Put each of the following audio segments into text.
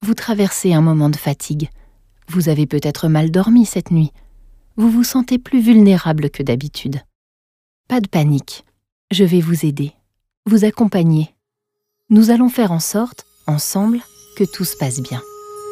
Vous traversez un moment de fatigue. Vous avez peut-être mal dormi cette nuit. Vous vous sentez plus vulnérable que d'habitude. Pas de panique. Je vais vous aider, vous accompagner. Nous allons faire en sorte, ensemble, que tout se passe bien.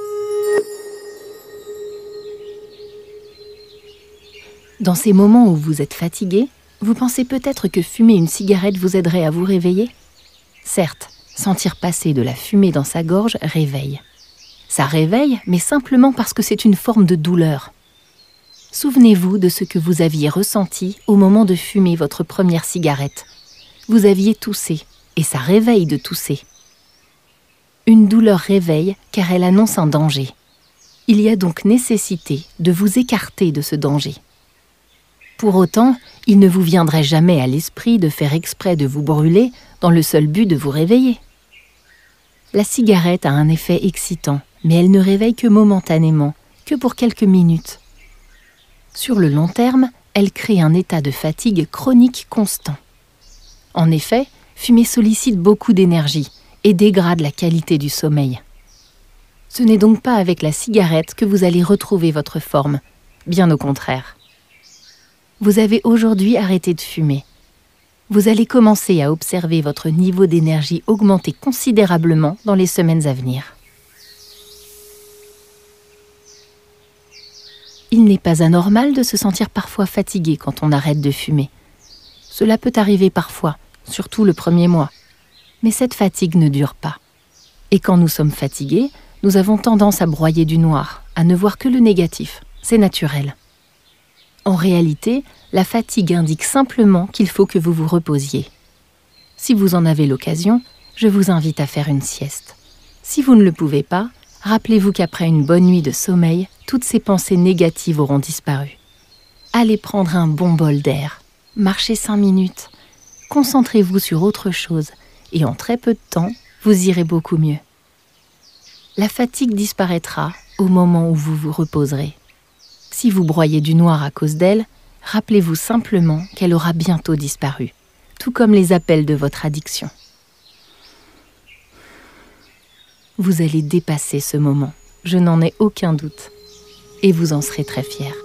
Dans ces moments où vous êtes fatigué, vous pensez peut-être que fumer une cigarette vous aiderait à vous réveiller? Certes, sentir passer de la fumée dans sa gorge réveille. Ça réveille, mais simplement parce que c'est une forme de douleur. Souvenez-vous de ce que vous aviez ressenti au moment de fumer votre première cigarette. Vous aviez toussé, et ça réveille de tousser. Une douleur réveille car elle annonce un danger. Il y a donc nécessité de vous écarter de ce danger. Pour autant, il ne vous viendrait jamais à l'esprit de faire exprès de vous brûler dans le seul but de vous réveiller. La cigarette a un effet excitant, mais elle ne réveille que momentanément, que pour quelques minutes. Sur le long terme, elle crée un état de fatigue chronique constant. En effet, fumer sollicite beaucoup d'énergie et dégrade la qualité du sommeil. Ce n'est donc pas avec la cigarette que vous allez retrouver votre forme, bien au contraire. Vous avez aujourd'hui arrêté de fumer. Vous allez commencer à observer votre niveau d'énergie augmenter considérablement dans les semaines à venir. Il n'est pas anormal de se sentir parfois fatigué quand on arrête de fumer. Cela peut arriver parfois, surtout le premier mois. Mais cette fatigue ne dure pas. Et quand nous sommes fatigués, nous avons tendance à broyer du noir, à ne voir que le négatif. C'est naturel. En réalité, la fatigue indique simplement qu'il faut que vous vous reposiez. Si vous en avez l'occasion, je vous invite à faire une sieste. Si vous ne le pouvez pas, rappelez-vous qu'après une bonne nuit de sommeil, toutes ces pensées négatives auront disparu. Allez prendre un bon bol d'air, marchez 5 minutes, concentrez-vous sur autre chose et en très peu de temps, vous irez beaucoup mieux. La fatigue disparaîtra au moment où vous vous reposerez. Si vous broyez du noir à cause d'elle, rappelez-vous simplement qu'elle aura bientôt disparu, tout comme les appels de votre addiction. Vous allez dépasser ce moment, je n'en ai aucun doute, et vous en serez très fiers.